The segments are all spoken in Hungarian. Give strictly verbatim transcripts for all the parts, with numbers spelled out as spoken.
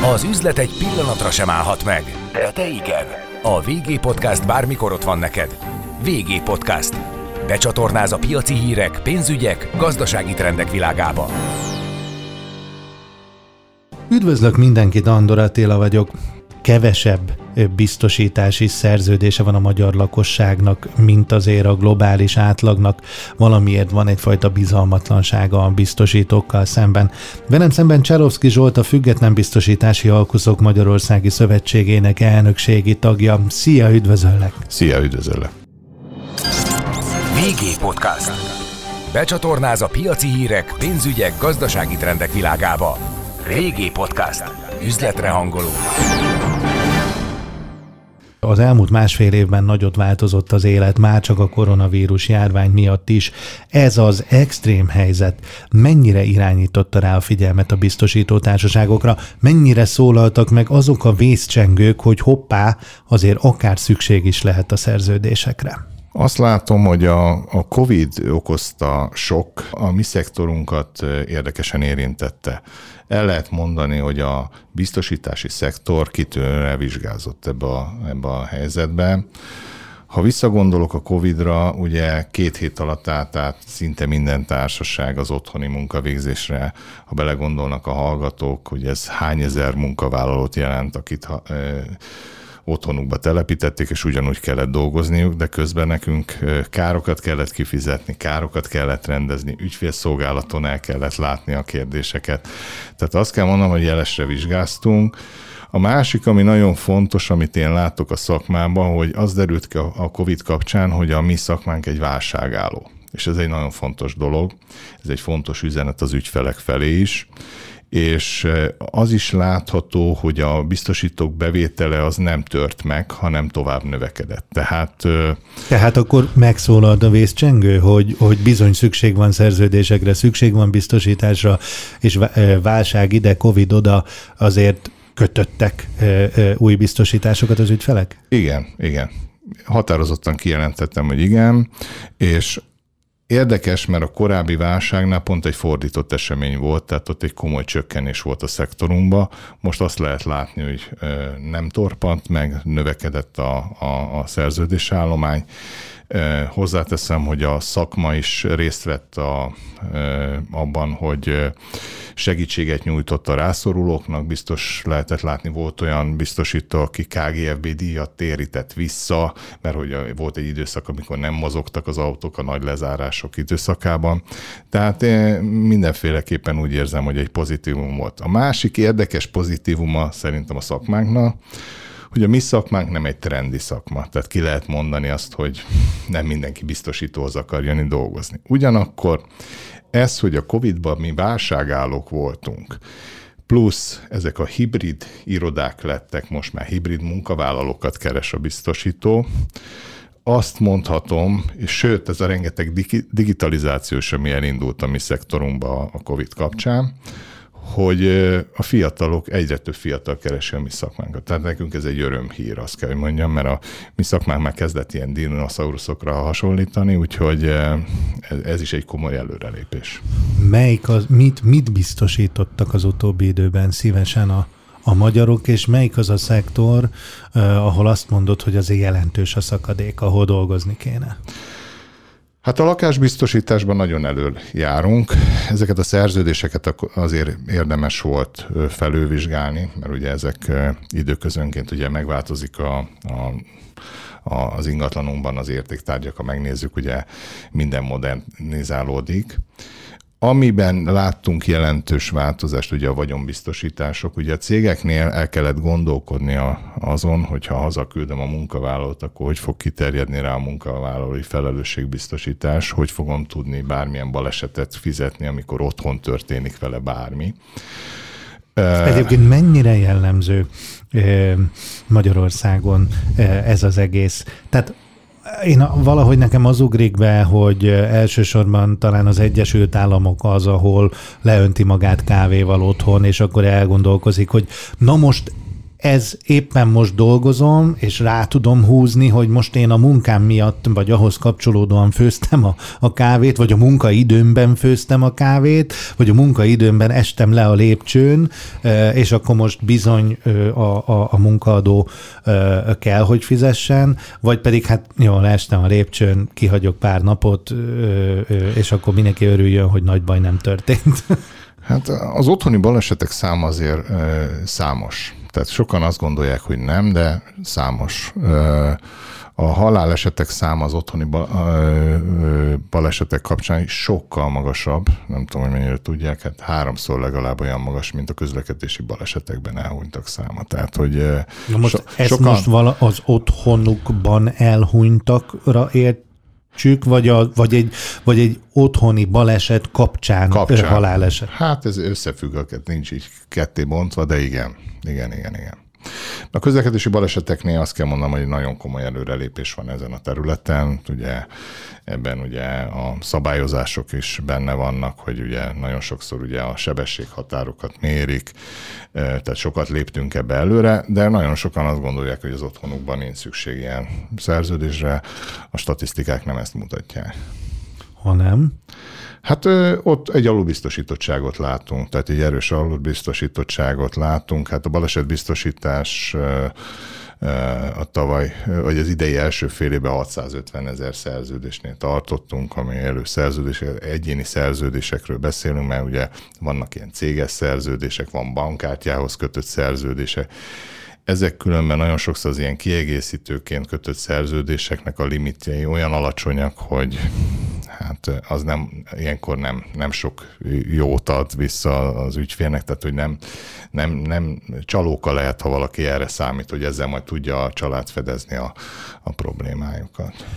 Az üzlet egy pillanatra sem állhat meg, de te igen. A vé gé Podcast bármikor ott van neked. vé gé Podcast. Becsatornáz a piaci hírek, pénzügyek, gazdasági trendek világába. Üdvözlök mindenkit, Andor Attila vagyok. Kevesebb biztosítási szerződése van a magyar lakosságnak, mint azért a globális átlagnak. Valamiért van egyfajta bizalmatlansága a biztosítókkal szemben. Velem szemben Cserovszky Zsolt, a Független Biztosítási Alkuszok Magyarországi Szövetségének elnökségi tagja. Szia, üdvözöllek! Szia, üdvözöllek! vé gé Podcast. Becsatornáz a piaci hírek, pénzügyek, gazdasági trendek világába. vé gé Podcast. Üzletre hangoló. Az elmúlt másfél évben nagyot változott az élet, már csak a koronavírus járvány miatt is. Ez az extrém helyzet mennyire irányította rá a figyelmet a biztosítótársaságokra, mennyire szólaltak meg azok a vészcsengők, hogy hoppá, azért akár szükség is lehet a szerződésekre? Azt látom, hogy a, a Covid okozta sok a mi szektorunkat érdekesen érintette. El lehet mondani, hogy a biztosítási szektor kitűnően vizsgázott ebbe a, ebbe a helyzetbe. Ha visszagondolok a Covidra, ugye két hét alatt át, át szinte minden társaság az otthoni munkavégzésre, ha belegondolnak a hallgatók, hogy ez hány ezer munkavállalót jelent, akit ha, e, otthonukba telepítették, és ugyanúgy kellett dolgozniuk, de közben nekünk károkat kellett kifizetni, károkat kellett rendezni, ügyfélszolgálaton el kellett látni a kérdéseket. Tehát azt kell mondanom, hogy jelesre vizsgáztunk. A másik, ami nagyon fontos, amit én látok a szakmában, hogy az derült ki a Covid kapcsán, hogy a mi szakmánk egy válságálló. És ez egy nagyon fontos dolog, ez egy fontos üzenet az ügyfelek felé is. És az is látható, hogy a biztosítók bevétele az nem tört meg, hanem tovább növekedett. Tehát, Tehát akkor megszólalt a vészcsengő, hogy, hogy bizony szükség van szerződésekre, szükség van biztosításra, és válság ide, Covid oda, azért kötöttek új biztosításokat az ügyfelek? Igen, igen. Határozottan kijelentettem, hogy igen, és érdekes, mert a korábbi válságnál pont egy fordított esemény volt, tehát ott egy komoly csökkenés volt a szektorunkban. Most azt lehet látni, hogy nem torpant meg, növekedett a, a, a szerződésállomány. Hozzáteszem, hogy a szakma is részt vett a, abban, hogy segítséget nyújtott a rászorulóknak. Biztos lehetett látni, volt olyan biztosító, aki ká gé ef bé díjat térített vissza, mert hogy volt egy időszak, amikor nem mozogtak az autók a nagy lezárások időszakában. Tehát én mindenféleképpen úgy érzem, hogy egy pozitívum volt. A másik érdekes pozitívuma szerintem a szakmánknak, hogy a mi szakmánk nem egy trendi szakma, tehát ki lehet mondani azt, hogy nem mindenki biztosítóhoz akar jönni dolgozni. Ugyanakkor ez, hogy a Covidban mi válságállók voltunk, plusz ezek a hibrid irodák lettek, most már hibrid munkavállalókat keres a biztosító, azt mondhatom, és sőt, ez a rengeteg digitalizáció is, ami elindult a mi szektorunkba a Covid kapcsán, hogy a fiatalok, egyre több fiatal keresi a mi szakmánkat. Tehát nekünk ez egy örömhír, azt kell, hogy mondjam, mert a mi szakmánk már kezdett ilyen dinoszauruszokra hasonlítani, úgyhogy ez is egy komoly előrelépés. Melyik az, mit, mit biztosítottak az utóbbi időben szívesen a, a magyarok, és melyik az a szektor, eh, ahol azt mondod, hogy azért jelentős a szakadék, ahol dolgozni kéne? Hát a lakásbiztosításban nagyon elől járunk. Ezeket a szerződéseket azért érdemes volt felülvizsgálni, mert ugye ezek időközönként ugye megváltozik a, a, a, az ingatlanunkban az értéktárgyak, ha megnézzük, ugye minden modernizálódik. Amiben láttunk jelentős változást, ugye a vagyonbiztosítások, ugye a cégeknél el kellett gondolkodni azon, hogyha hazaküldöm a munkavállalót, akkor hogy fog kiterjedni rá a munkavállalói felelősségbiztosítás, hogy fogom tudni bármilyen balesetet fizetni, amikor otthon történik vele bármi. Egyébként mennyire jellemző Magyarországon ez az egész? Tehát én valahogy nekem az ugrik be, hogy elsősorban talán az Egyesült Államok az, ahol leönti magát kávéval otthon, és akkor elgondolkozik, hogy na most ez éppen most dolgozom, és rá tudom húzni, hogy most én a munkám miatt, vagy ahhoz kapcsolódóan főztem a, a kávét, vagy a munkaidőmben főztem a kávét, vagy a munkaidőmben estem le a lépcsőn, és akkor most bizony a, a, a munkaadó kell, hogy fizessen, vagy pedig hát jó, leestem a lépcsőn, kihagyok pár napot, és akkor mindenki örüljön, hogy nagy baj nem történt. Hát az otthoni balesetek száma azért ö, számos. Tehát sokan azt gondolják, hogy nem, de számos. Ö, a halálesetek száma az otthoni ba, ö, ö, balesetek kapcsán is sokkal magasabb. Nem tudom, hogy mennyire tudják, hát háromszor legalább olyan magas, mint a közlekedési balesetekben elhunytak száma. Tehát, hogy ö, most so, ezt sokan... most vala az otthonukban elhunytakra ért, vagy, a, vagy, egy, vagy egy otthoni baleset kapcsán, kapcsán haláleset? Hát ez összefügg, nincs így ketté bontva, de igen, igen, igen, igen. A közlekedési baleseteknél azt kell mondanom, hogy nagyon komoly előrelépés van ezen a területen. Ugye ebben ugye a szabályozások is benne vannak, hogy ugye nagyon sokszor ugye a sebességhatárokat mérik, tehát sokat léptünk ebbe előre, de nagyon sokan azt gondolják, hogy az otthonukban nincs szükség ilyen szerződésre. A statisztikák nem ezt mutatják. Ha nem? Hát ö, ott egy alulbiztosítottságot látunk, tehát egy erős alulbiztosítottságot látunk. Hát a balesetbiztosítás ö, ö, a tavaly, vagy az idei első fél évben hatszázötven ezer szerződésnél tartottunk, ami előszerződés, egyéni szerződésekről beszélünk, mert ugye vannak ilyen céges szerződések, van bankkártyához kötött szerződések. Ezek különben nagyon sokszor az ilyen kiegészítőként kötött szerződéseknek a limitjei olyan alacsonyak, hogy hát az nem, ilyenkor nem, nem sok jót ad vissza az ügyfélnek, tehát hogy nem, nem, nem csalóka lehet, ha valaki erre számít, hogy ezzel majd tudja a család fedezni a, a problémájukat.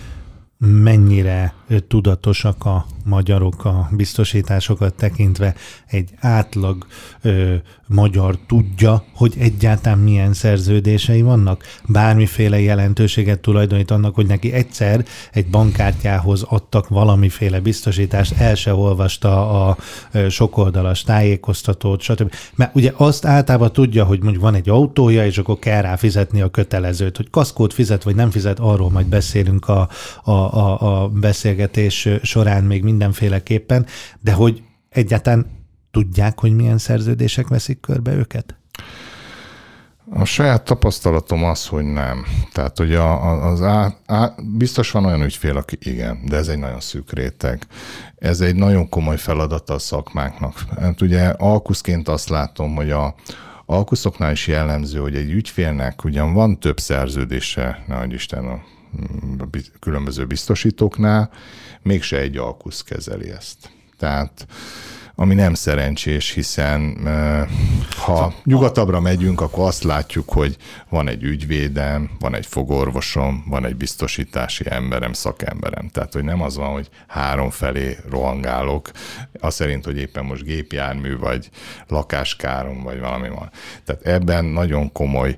Mennyire tudatosak a magyarok a biztosításokat tekintve? Egy átlag ö, magyar tudja, hogy egyáltalán milyen szerződései vannak? Bármiféle jelentőséget tulajdonít annak, hogy neki egyszer egy bankkártyához adtak valamiféle biztosítást, el se olvasta a sokoldalas tájékoztatót, stb. Mert ugye azt általában tudja, hogy mondjuk van egy autója, és akkor kell rá fizetni a kötelezőt, hogy kaszkót fizet, vagy nem fizet, arról majd beszélünk a, a A, a beszélgetés során még mindenféleképpen, de hogy egyáltalán tudják, hogy milyen szerződések veszik körbe őket? A saját tapasztalatom az, hogy nem. Tehát, hogy a, az á, á, biztos van olyan ügyfél, aki igen, de ez egy nagyon szűk réteg. Ez egy nagyon komoly feladata a szakmánknak. Hát ugye alkuszként azt látom, hogy a alkuszoknál is jellemző, hogy egy ügyfélnek ugyan van több szerződése, nehogy Isten a különböző biztosítóknál, mégse egy alkusz kezeli ezt. Tehát ami nem szerencsés, hiszen ha nyugatabbra megyünk, akkor azt látjuk, hogy van egy ügyvédem, van egy fogorvosom, van egy biztosítási emberem, szakemberem. Tehát, hogy nem az van, hogy három felé rohangálok, az szerint, hogy éppen most gépjármű, vagy lakáskárom, vagy valami van. Tehát ebben nagyon komoly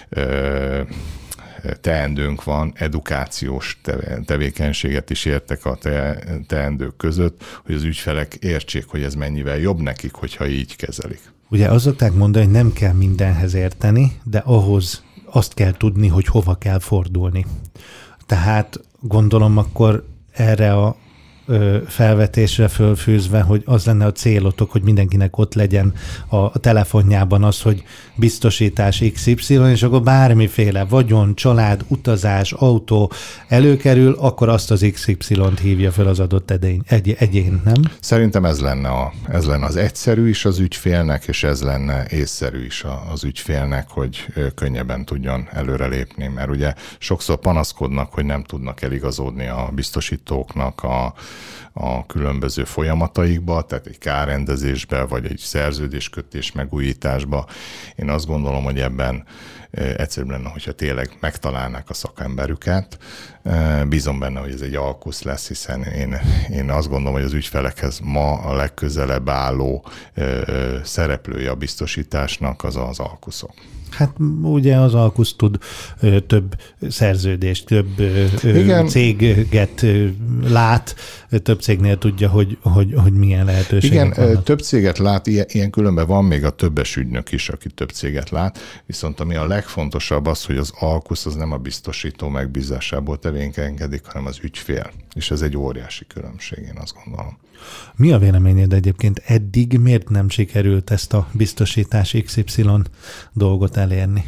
ö, teendőnk van, edukációs tevékenységet is értek a te, teendők között, hogy az ügyfelek értsék, hogy ez mennyivel jobb nekik, hogyha így kezelik. Ugye azt szokták mondani, hogy nem kell mindenhez érteni, de ahhoz azt kell tudni, hogy hova kell fordulni. Tehát gondolom akkor erre a felvetésre fölfűzve, hogy az lenne a célotok, hogy mindenkinek ott legyen a telefonjában az, hogy biztosítás iksz ipszilon, és akkor bármiféle vagyon, család, utazás, autó előkerül, akkor azt az iksz ipszilont hívja fel az adott edény, egy, egyén, nem? Szerintem ez lenne, a, ez lenne az egyszerű is az ügyfélnek, és ez lenne észszerű is az ügyfélnek, hogy könnyebben tudjon előrelépni, mert ugye sokszor panaszkodnak, hogy nem tudnak eligazodni a biztosítóknak a a különböző folyamataikba, tehát egy kárrendezésbe, vagy egy szerződéskötés megújításba. Én azt gondolom, hogy ebben egyszerűbb lenne, hogyha tényleg megtalálnák a szakemberüket. Bízom benne, hogy ez egy alkusz lesz, hiszen én, én azt gondolom, hogy az ügyfelekhez ma a legközelebb álló szereplője a biztosításnak az az alkuszok. Hát ugye az alkusz tud ö, több szerződést, több ö, céget ö, lát, több cégnél tudja, hogy, hogy, hogy milyen lehetőségek Igen, vannak. Több céget lát, ilyen, ilyen különben van még a többes ügynök is, aki több céget lát, viszont ami a leg, legfontosabb az, hogy az alkusz az nem a biztosító megbízásából tevékenykedik, hanem az ügyfél. És ez egy óriási különbség, én azt gondolom. Mi a véleményed egyébként? Eddig miért nem sikerült ezt a biztosítás iksz ipszilon dolgot elérni?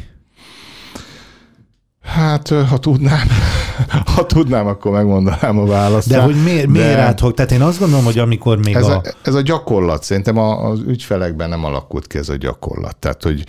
Hát, ha tudnám, ha tudnám, akkor megmondanám a választ. De hogy miért, miért de... átfog? Tehát én azt gondolom, hogy amikor még ez a... a... Ez a gyakorlat, szerintem az ügyfelekben nem alakult ki ez a gyakorlat. Tehát, hogy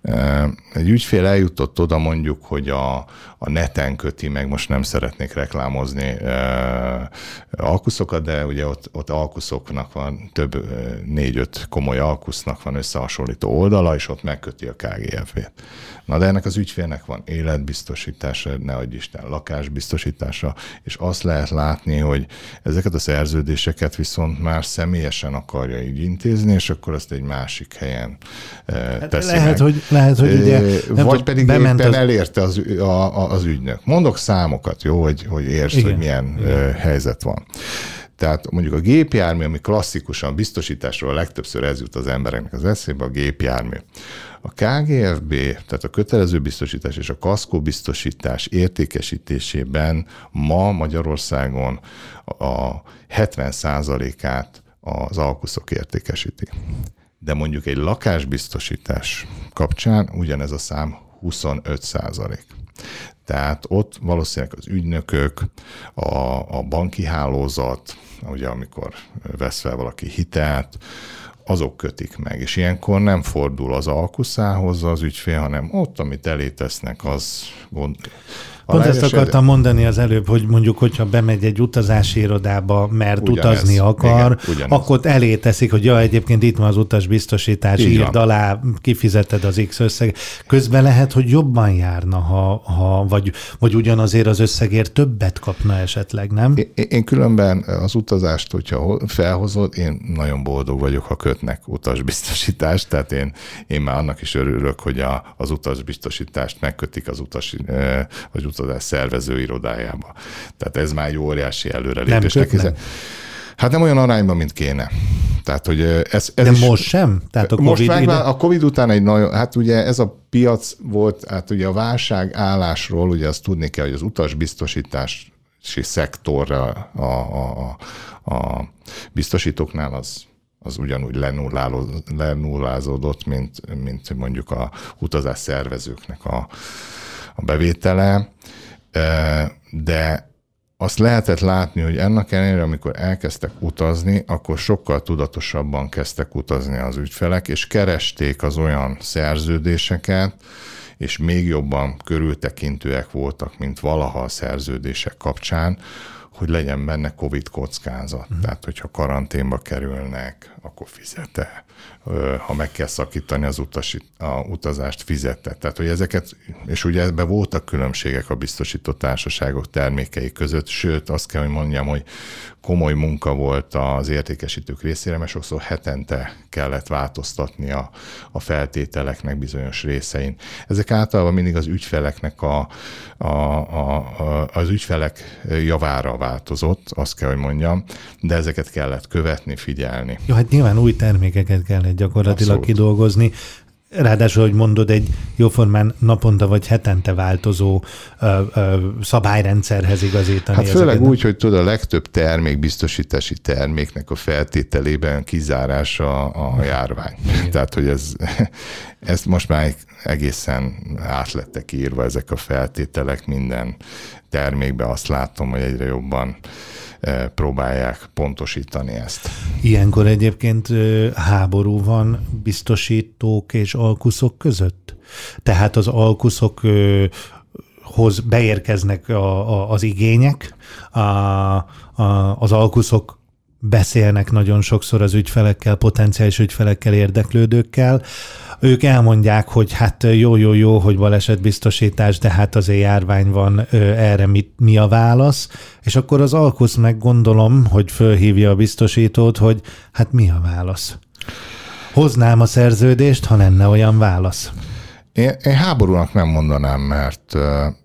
egy ügyfél eljutott oda mondjuk, hogy a, a neten köti, meg most nem szeretnék reklámozni eh, alkuszokat, de ugye ott, ott alkuszoknak van, több négy-öt komoly alkusznak van összehasonlító oldala, és ott megköti a ká gé ef bé-t. Na de ennek az ügyfélnek van életbiztosítása, ne adj Isten, lakásbiztosítása, és azt lehet látni, hogy ezeket a szerződéseket viszont már személyesen akarja így intézni, és akkor azt egy másik helyen teszi lehet, meg. Hogy, lehet, hogy ugye... Vagy pedig éppen az... elérte az, a, az ügynök. Mondok számokat, jó, hogy, hogy értsd, igen, hogy milyen igen. helyzet van. Tehát mondjuk a gépjármű, ami klasszikusan biztosításról a legtöbbször ez jut az embereknek az eszébe, a gépjármű. A ká gé ef bé, tehát a kötelező biztosítás és a kaszkó biztosítás értékesítésében ma Magyarországon a hetven százalékát az alkuszok értékesítik. De mondjuk egy lakásbiztosítás kapcsán ugyanez a szám huszonöt százalék. Tehát ott valószínűleg az ügynökök, a, a banki hálózat, ugye amikor vesz fel valaki hitelt, azok kötik meg, és ilyenkor nem fordul az alkuszához az ügyfél, hanem ott, amit elé tesznek, az gond. Pont ezt akartam mondani az előbb, hogy mondjuk, hogyha bemegy egy utazási irodába, mert ugyanez, utazni akar, igen, akkor elé teszik, hogy ja, egyébként itt van az utasbiztosítás, írd alá, kifizeted az X összeg. Közben lehet, hogy jobban járna, ha, ha vagy, vagy ugyanazért az összegért többet kapna esetleg, nem? Én, én különben az utazást, hogyha felhozod, én nagyon boldog vagyok, ha kötnek utasbiztosítást, tehát én, én már annak is örülök, hogy a, az utasbiztosítást megkötik az utas, vagy utazás szervező irodájába. Tehát ez már egy óriási előrelépés. Nem Hát nem olyan arányban, mint kéne. Tehát, hogy ez, ez De is, most sem? Tehát a COVID most meg, ide... a Covid után egy nagyon, hát ugye ez a piac volt, hát ugye a válság állásról, ugye azt tudni kell, hogy az utasbiztosítási szektorra a, a, a, a biztosítóknál az az ugyanúgy lenullázódott, mint, mint mondjuk a utazás szervezőknek a, a bevétele, de azt lehetett látni, hogy ennek ellenére, amikor elkezdtek utazni, akkor sokkal tudatosabban kezdtek utazni az ügyfelek, és keresték az olyan szerződéseket, és még jobban körültekintőek voltak, mint valaha a szerződések kapcsán, hogy legyen benne Covid kockázat. Uh-huh. Tehát, hogyha karanténba kerülnek, akkor fizete. Ha meg kell szakítani az utasi, a utazást, fizette. Tehát, hogy ezeket, és ugye ebben voltak különbségek a biztosító társaságok termékei között, sőt, azt kell, hogy mondjam, hogy komoly munka volt az értékesítők részére, mert sokszor hetente kellett változtatni a, a feltételeknek bizonyos részein. Ezek általában mindig az ügyfeleknek a, a, a, a, az ügyfelek javára változott, azt kell, hogy mondjam, de ezeket kellett követni, figyelni. Jó, hát nyilván új termékeket kellett gyakorlatilag Abszolút. kidolgozni. Ráadásul, hogy mondod, egy jóformán naponta vagy hetente változó ö, ö, szabályrendszerhez igazítani. Hát főleg ezeket. úgy, hogy tudod, a legtöbb termék, biztosítási terméknek a feltételében kizárása a járvány. Igen. Tehát, hogy ez, ezt most már egészen át lettek írva ezek a feltételek minden termékben. Azt látom, hogy egyre jobban próbálják pontosítani ezt. Ilyenkor egyébként háború van biztosítók és alkuszok között? Tehát az alkuszokhoz beérkeznek a, a, az igények, a, a, az alkuszok beszélnek nagyon sokszor az ügyfelekkel, potenciális ügyfelekkel, érdeklődőkkel. Ők elmondják, hogy hát jó-jó-jó, hogy balesetbiztosítás, de hát azért járvány van, erre mi, mi a válasz? És akkor az alkusz meg gondolom, hogy fölhívja a biztosítót, hogy hát mi a válasz? Hoznám a szerződést, ha lenne olyan válasz. Én, én háborúnak nem mondanám, mert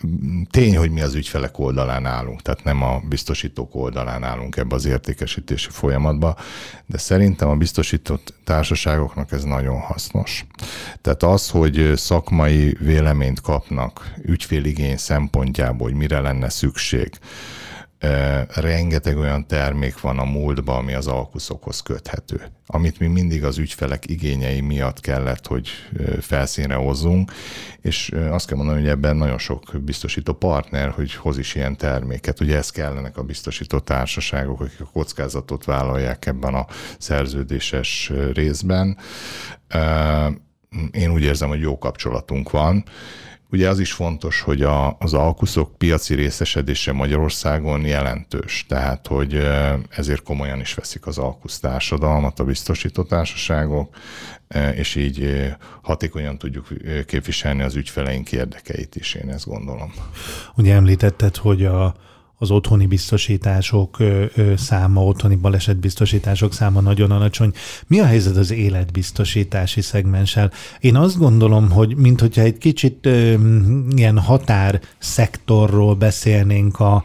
tény, hogy mi az ügyfelek oldalán állunk, tehát nem a biztosítók oldalán állunk ebbe az értékesítési folyamatba, de szerintem a biztosított társaságoknak ez nagyon hasznos. Tehát az, hogy szakmai véleményt kapnak ügyféligény szempontjából, hogy mire lenne szükség, rengeteg olyan termék van a múltban, ami az alkuszokhoz köthető, amit mi mindig az ügyfelek igényei miatt kellett, hogy felszínre hozzunk, és azt kell mondani, hogy ebben nagyon sok biztosító partner, hogy hoz is ilyen terméket. Ugye ez kellenek a biztosító társaságok, akik a kockázatot vállalják ebben a szerződéses részben. Én úgy érzem, hogy jó kapcsolatunk van. Ugye az is fontos, hogy a, az alkuszok piaci részesedése Magyarországon jelentős, tehát hogy ezért komolyan is veszik az alkusz társadalmat a biztosító társaságok, és így hatékonyan tudjuk képviselni az ügyfeleink érdekeit is, én ezt gondolom. Ugye említetted, hogy a az otthoni biztosítások ö, ö, száma, otthoni balesetbiztosítások száma nagyon alacsony. Mi a helyzet az életbiztosítási szegmenssel? Én azt gondolom, hogy minthogyha egy kicsit ö, ilyen határszektorról beszélnénk, a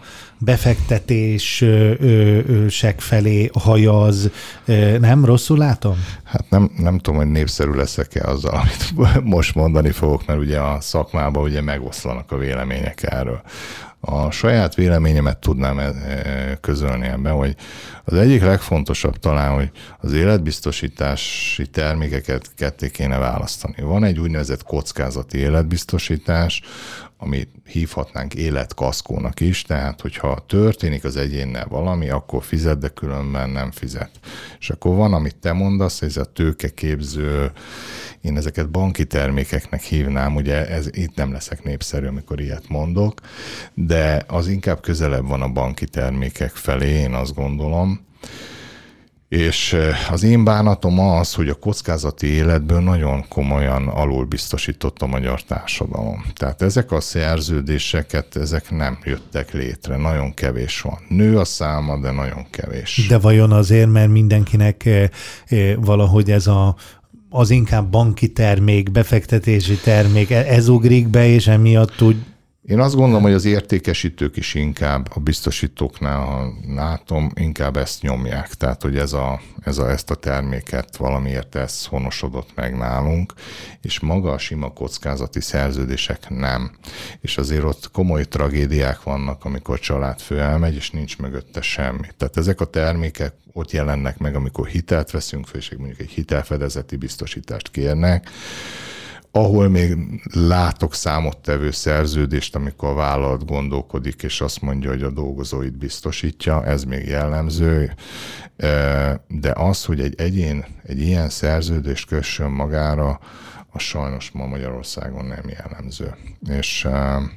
befektetések felé hajaz. Nem? Rosszul látom? Hát nem, nem tudom, hogy népszerű leszek-e azzal, amit most mondani fogok, mert ugye a szakmában ugye megoszlanak a vélemények erről. A saját véleményemet tudnám közölni ebben, hogy az egyik legfontosabb talán, hogy az életbiztosítási termékeket ketté kéne választani. Van egy úgynevezett kockázati életbiztosítás, amit hívhatnánk életkaszkónak is, tehát hogyha történik az egyénnel valami, akkor fizet, de különben nem fizet. És akkor van, amit te mondasz, ez a tőkeképző, én ezeket banki termékeknek hívnám, ugye ez, itt nem leszek népszerű, amikor ilyet mondok, de az inkább közelebb van a banki termékek felé, én azt gondolom. És az én bánatom az, hogy a kockázati életből nagyon komolyan alul biztosított a magyar társadalom. Tehát ezek a szerződéseket, ezek nem jöttek létre, nagyon kevés van. Nő a száma, de nagyon kevés. De vajon azért, mert mindenkinek valahogy ez a az inkább banki termék, befektetési termék, ez ugrik be, és emiatt úgy... Én azt gondolom, hogy az értékesítők is inkább a biztosítóknál, ha látom, inkább ezt nyomják. Tehát, hogy ez a, ez a, ezt a terméket valamiért ez honosodott meg nálunk, és maga a sima kockázati szerződések nem. És azért ott komoly tragédiák vannak, amikor családfő elmegy, és nincs mögötte semmi. Tehát ezek a termékek ott jelennek meg, amikor hitelt veszünk föl, és mondjuk egy hitelfedezeti biztosítást kérnek, ahol még látok számottevő szerződést, amikor a vállalat gondolkodik, és azt mondja, hogy a dolgozóit biztosítja, ez még jellemző, de az, hogy egy egyén egy ilyen szerződést kössön magára, az sajnos ma Magyarországon nem jellemző. És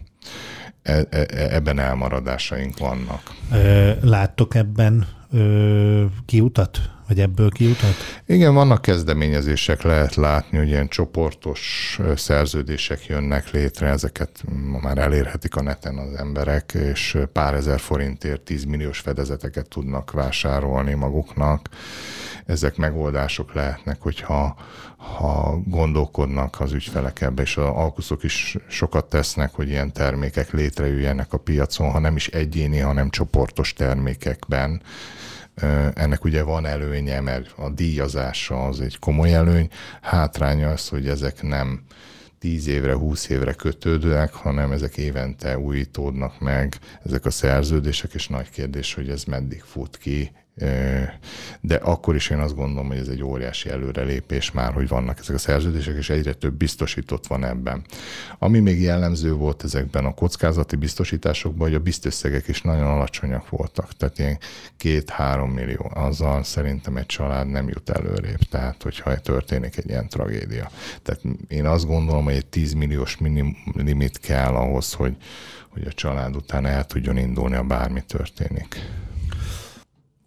ebben elmaradásaink vannak. Láttok ebben kiutat? Vagy ebből kiutat? Igen, vannak kezdeményezések, lehet látni, hogy ilyen csoportos szerződések jönnek létre, ezeket már elérhetik a neten az emberek, és pár ezer forintért tízmilliós fedezeteket tudnak vásárolni maguknak. Ezek megoldások lehetnek, hogyha ha gondolkodnak az ügyfelek ebbe, és az alkuszok is sokat tesznek, hogy ilyen termékek létrejöjjenek a piacon, ha nem is egyéni, hanem csoportos termékekben. Ennek ugye van előnye, mert a díjazása az egy komoly előny. Hátránya az, hogy ezek nem tíz évre, húsz évre kötődőek, hanem ezek évente újítódnak meg, ezek a szerződések, és nagy kérdés, hogy ez meddig fut ki. De akkor is én azt gondolom, hogy ez egy óriási előrelépés már, hogy vannak ezek a szerződések, és egyre több biztosított van ebben. Ami még jellemző volt ezekben a kockázati biztosításokban, hogy a biztösszegek is nagyon alacsonyak voltak. Tehát ilyen két-három millió, azzal szerintem egy család nem jut előrébb. Tehát, hogyha történik egy ilyen tragédia. Tehát én azt gondolom, hogy egy tíz milliós minim limit kell ahhoz, hogy, hogy a család után el tudjon indulni, ha bármi történik.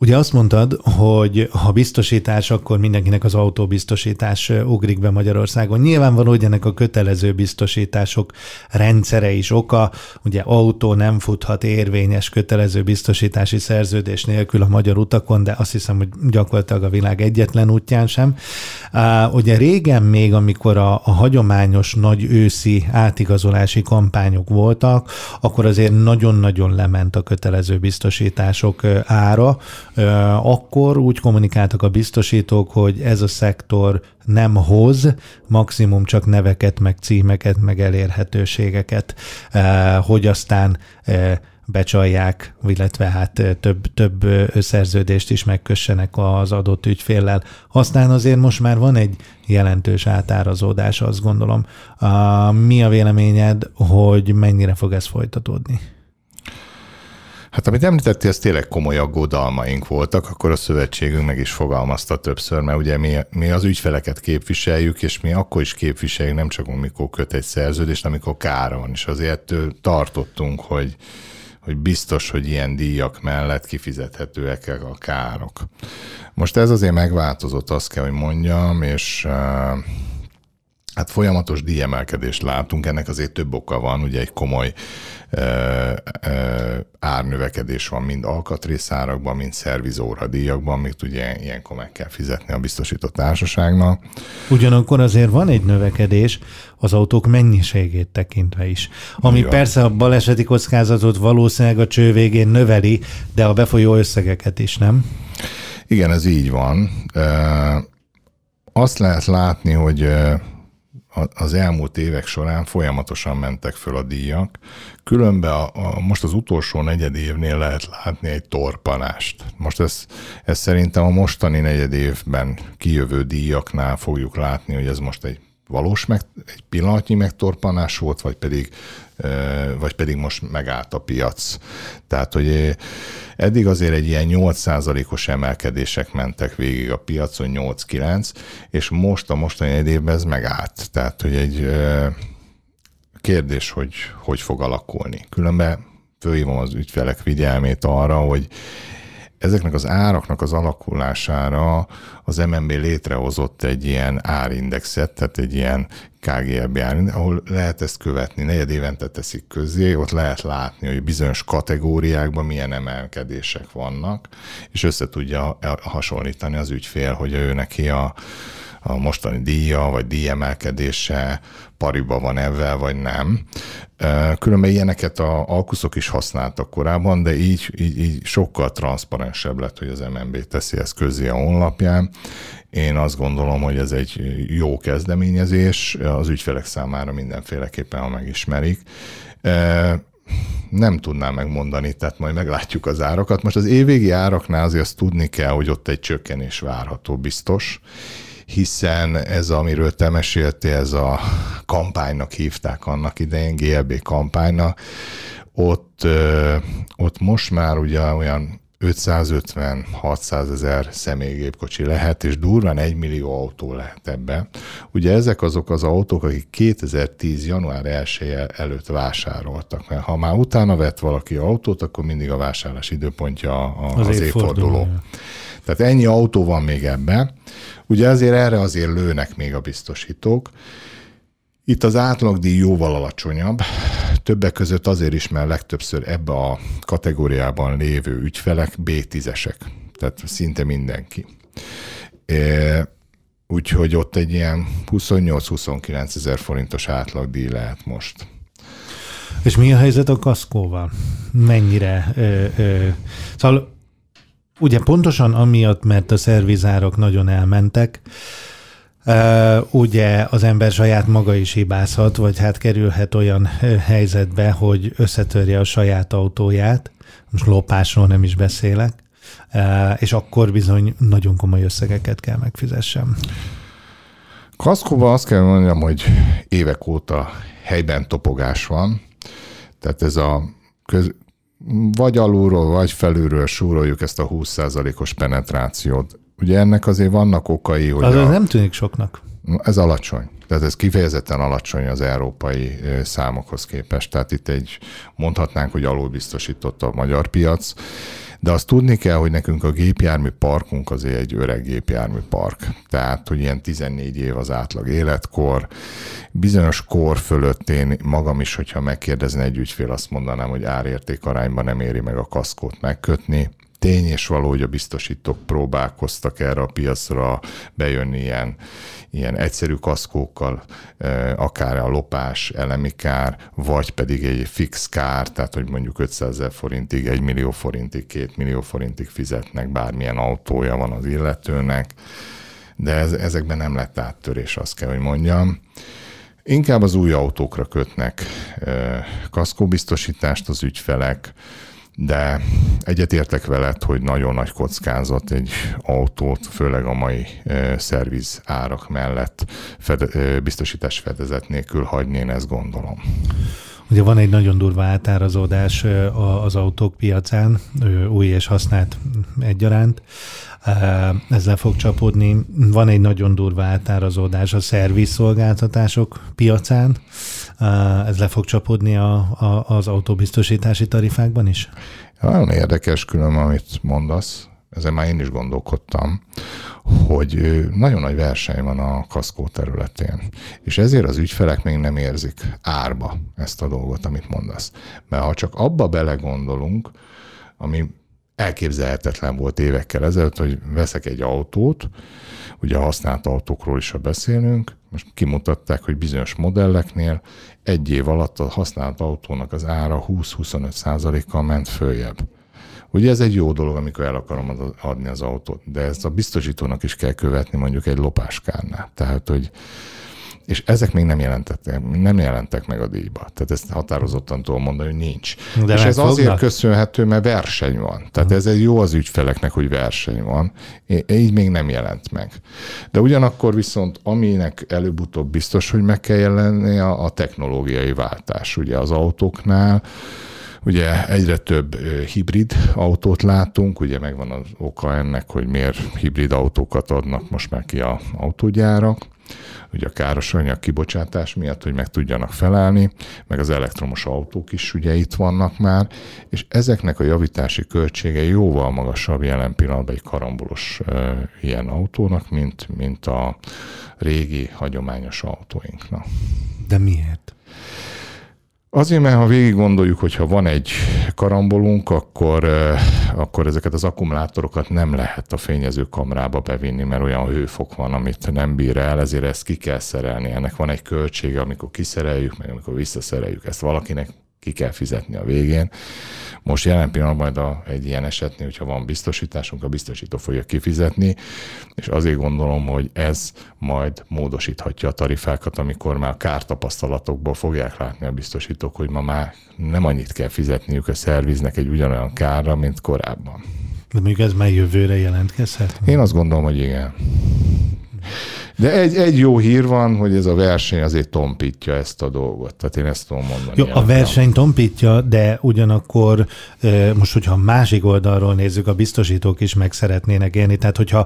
Ugye azt mondtad, hogy ha biztosítás, akkor mindenkinek az autóbiztosítás ugrik be Magyarországon. Nyilvánvaló, hogy ennek a kötelező biztosítások rendszere is oka. Ugye autó nem futhat érvényes kötelező biztosítási szerződés nélkül a magyar utakon, de azt hiszem, hogy gyakorlatilag a világ egyetlen útján sem. Ugye régen még, amikor a, a hagyományos nagy őszi átigazolási kampányok voltak, akkor azért nagyon-nagyon lement a kötelező biztosítások ára. Akkor úgy kommunikáltak a biztosítók, hogy ez a szektor nem hoz, maximum csak neveket, meg címeket, meg elérhetőségeket, hogy aztán becsalják, illetve hát több, több szerződést is megkössenek az adott ügyféllel. Aztán azért most már van egy jelentős átárazódás, azt gondolom. Mi a véleményed, hogy mennyire fog ez folytatódni? Hát amit említettél, ez tényleg komoly aggodalmaink voltak, akkor a szövetségünk meg is fogalmazta többször, mert ugye mi, mi az ügyfeleket képviseljük, és mi akkor is képviseljük, nem csak amikor köt egy szerződést, amikor kára van, és azért tartottunk, hogy, hogy biztos, hogy ilyen díjak mellett kifizethetőek a károk. Most ez azért megváltozott, azt kell, hogy mondjam, és hát folyamatos díjemelkedést látunk, ennek azért több oka van, ugye egy komoly ö, ö, árnövekedés van mind alkatrészárakban, mind szervizóra díjakban, amit ugye ilyenkor meg kell fizetni a biztosított társaságnak. Ugyanakkor azért van egy növekedés az autók mennyiségét tekintve is, ami igen. Persze a baleseti kockázatot valószínűleg a cső végén növeli, de a befolyó összegeket is, nem? Igen, ez így van. Azt lehet látni, hogy az elmúlt évek során folyamatosan mentek föl a díjak. Különben a, a, most az utolsó negyed évnél lehet látni egy torpanást. Most ez, ez szerintem a mostani negyed évben kijövő díjaknál fogjuk látni, hogy ez most egy valós, meg, egy pillanatnyi megtorpanás volt, vagy pedig, vagy pedig most megállt a piac. Tehát, hogy eddig azért egy ilyen nyolc százalékos emelkedések mentek végig a piacon, nyolc-kilenc, és most a mostani egy évben ez megállt. Tehát, hogy egy kérdés, hogy hogy fog alakulni. Különben fölhívom az ügyfelek figyelmét arra, hogy ezeknek az áraknak az alakulására az em en bé létrehozott egy ilyen árindexet, tehát egy ilyen ká gé el bé árindex, ahol lehet ezt követni, negyed évente teszik közzé, ott lehet látni, hogy bizonyos kategóriákban milyen emelkedések vannak, és össze tudja hasonlítani az ügyfél, hogy ő neki a, a mostani díja, vagy díjemelkedése pariba van ebben, vagy nem. Különben ilyeneket a alkuszok is használtak korábban, de így, így, így sokkal transzparensebb lett, hogy az em en bé teszi ezt közzé a honlapján. Én azt gondolom, hogy ez egy jó kezdeményezés, az ügyfelek számára mindenféleképpen, ha megismerik. Nem tudnám megmondani, tehát majd meglátjuk az árakat. Most az évvégi áraknál azért azt tudni kell, hogy ott egy csökkenés várható biztos, hiszen ez, amiről te meséltél, ez a kampánynak hívták annak idején, gé el bé kampánynak, ott, ott most már ugye olyan ötszázötven-hatszázezer személygépkocsi lehet, és durván egy millió autó lehet ebben. Ugye ezek azok az autók, akik kétezer-tíz január elseje előtt vásároltak, mert ha már utána vett valaki autót, akkor mindig a vásárlás időpontja az, az évforduló. Tehát ennyi autó van még ebben. Ugye azért erre azért lőnek még a biztosítók. Itt az átlagdíj jóval alacsonyabb, többek között azért is, mert legtöbbször ebbe a kategóriában lévő ügyfelek bé tízesek, tehát szinte mindenki. Úgyhogy ott egy ilyen huszonnyolc-huszonkilenc ezer forintos átlagdíj lehet most. És mi a helyzet a kaszkóval? Mennyire? Ö, ö, szóval ugye pontosan amiatt, mert a szervizárak nagyon elmentek, Uh, ugye az ember saját maga is hibázhat, vagy hát kerülhet olyan uh, helyzetbe, hogy összetörje a saját autóját, most lopásról nem is beszélek, uh, és akkor bizony nagyon komoly összegeket kell megfizessem. Kaszkóban azt kell mondjam, hogy évek óta helyben topogás van, tehát ez a köz... vagy alulról, vagy felülről súroljuk ezt a húsz százalékos penetrációt. Ugye ennek azért vannak okai, hogy... Az a... nem tűnik soknak. Ez alacsony. Tehát ez kifejezetten alacsony az európai számokhoz képest. Tehát itt egy, mondhatnánk, hogy alulbiztosított a magyar piac, De azt tudni kell, hogy nekünk a gépjármű parkunk azért egy öreg gépjármű park. Tehát, hogy ilyen tizennégy év az átlag életkor. Bizonyos kor fölött én magam is, hogyha megkérdezne egy ügyfél, azt mondanám, hogy árérték arányban nem éri meg a kaszkót megkötni. Tény és való, hogy a biztosítók próbálkoztak erre a piacra bejönni ilyen, ilyen egyszerű kaszkókkal, akár a lopás, elemi kár, vagy pedig egy fix kár, tehát hogy mondjuk ötszázezer forintig, egy millió forintig, két millió forintig fizetnek, bármilyen autója van az illetőnek, de ez, ezekben nem lett áttörés, azt kell, hogy mondjam. Inkább az új autókra kötnek kaszkóbiztosítást az ügyfelek, de egyetértek veled, hogy nagyon nagy kockázat egy autót, főleg a mai e, szerviz árak mellett fede, e, biztosítás fedezet nélkül hagyni, én ezt gondolom. Ugye van egy nagyon durva átárazódás az autók piacán, új és használt egyaránt. Ezzel fog csapódni. Van egy nagyon durva átárazódás a szervizszolgáltatások piacán. Ez le fog csapódni a, a, az autóbiztosítási tarifákban is? Nagyon érdekes külön, amit mondasz. Ezen már én is gondolkodtam, hogy nagyon nagy verseny van a kaszkó területén. És ezért az ügyfelek még nem érzik árba ezt a dolgot, amit mondasz. Mert ha csak abba belegondolunk, ami elképzelhetetlen volt évekkel ezelőtt, hogy veszek egy autót, ugye a használt autókról is, ha beszélünk, most kimutatták, hogy bizonyos modelleknél egy év alatt a használt autónak az ára húsz-huszonöt százalékkal ment följebb. Ugye ez egy jó dolog, amikor el akarom adni az autót, de ezt a biztosítónak is kell követni mondjuk egy lopáskárnál. Tehát, hogy és ezek még nem jelentettek, nem jelentek meg a díjba. Tehát ezt határozottan tudom mondani, hogy nincs. De és ez fognak? Azért köszönhető, mert verseny van. Tehát uh-huh. ez egy jó az ügyfeleknek, hogy verseny van. Így még nem jelent meg. De ugyanakkor viszont aminek előbb-utóbb biztos, hogy meg kell jelenni a, a technológiai váltás. Ugye az autóknál ugye egyre több hibrid autót látunk, ugye megvan az oka ennek, hogy miért hibrid autókat adnak most már ki az autógyárak. Ugye a károsanyag kibocsátás miatt, hogy meg tudjanak felállni, meg az elektromos autók is ugye itt vannak már, és ezeknek a javítási költsége jóval magasabb jelen pillanatban egy karambolos e, ilyen autónak, mint, mint a régi, hagyományos autóinknak. De miért? Azért, mert ha végig gondoljuk, hogy ha van egy karambolunk, akkor, akkor ezeket az akkumulátorokat nem lehet a fényezőkamrába bevinni, mert olyan hőfok van, amit nem bír el, ezért ezt ki kell szerelni. Ennek van egy költsége, amikor kiszereljük, meg amikor visszaszereljük. Ezt valakinek ki kell fizetni a végén. Most jelen pillanatban majd a, egy ilyen esetnél, hogyha van biztosításunk, a biztosító fogja kifizetni, és azért gondolom, hogy ez majd módosíthatja a tarifákat, amikor már kártapasztalatokból fogják látni a biztosítók, hogy ma már nem annyit kell fizetniük a szerviznek egy ugyanolyan kárra, mint korábban. De mondjuk ez már jövőre jelentkezhet? Én azt gondolom, hogy igen. De egy, egy jó hír van, hogy ez a verseny azért tompítja ezt a dolgot. Tehát én ezt tudom mondani. Jó, a verseny tompítja, de ugyanakkor most, hogyha a másik oldalról nézzük, a biztosítók is meg szeretnének élni. Tehát, hogyha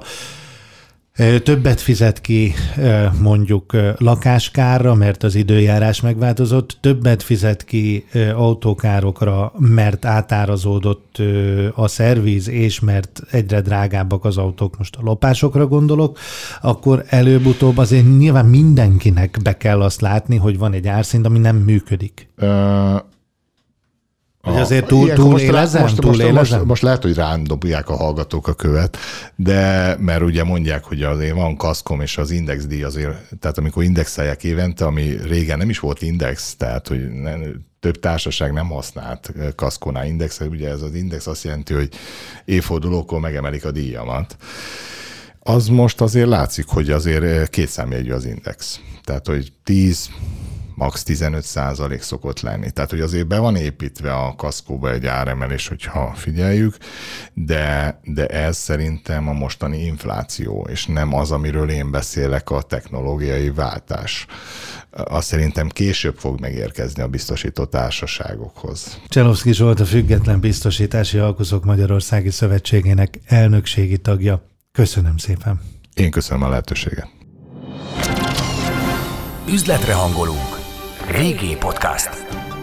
többet fizet ki mondjuk lakáskárra, mert az időjárás megváltozott, többet fizet ki autókárokra, mert átárazódott a szerviz, és mert egyre drágábbak az autók, most a lopásokra gondolok, akkor előbb-utóbb azért nyilván mindenkinek be kell azt látni, hogy van egy árszint, ami nem működik. Uh... Hogy azért túl, túlélezem? Most, túl most, most, most lehet, hogy rám dobják a hallgatók a követ, de mert ugye mondják, hogy azért van kaszkom, és az indexdíj azért, tehát amikor indexelják évente, ami régen nem is volt index, tehát hogy nem, több társaság nem használt kaszkónál indexet, ugye ez az index azt jelenti, hogy évfordulókor megemelik a díjamat. Az most azért látszik, hogy azért kétszámjegyű az index. Tehát, hogy tíz max. tizenöt százalék szokott lenni. Tehát, hogy azért be van építve a kaszkóba egy áremelés, hogyha figyeljük, de, de ez szerintem a mostani infláció, és nem az, amiről én beszélek, a technológiai váltás. Azt szerintem később fog megérkezni a biztosító társaságokhoz. Cselovszky Zsolt, a Független Biztosítási Alkuszok Magyarországi Szövetségének elnökségi tagja. Köszönöm szépen. Én köszönöm a lehetőséget. Üzletre hangolunk. vé gé Podcast.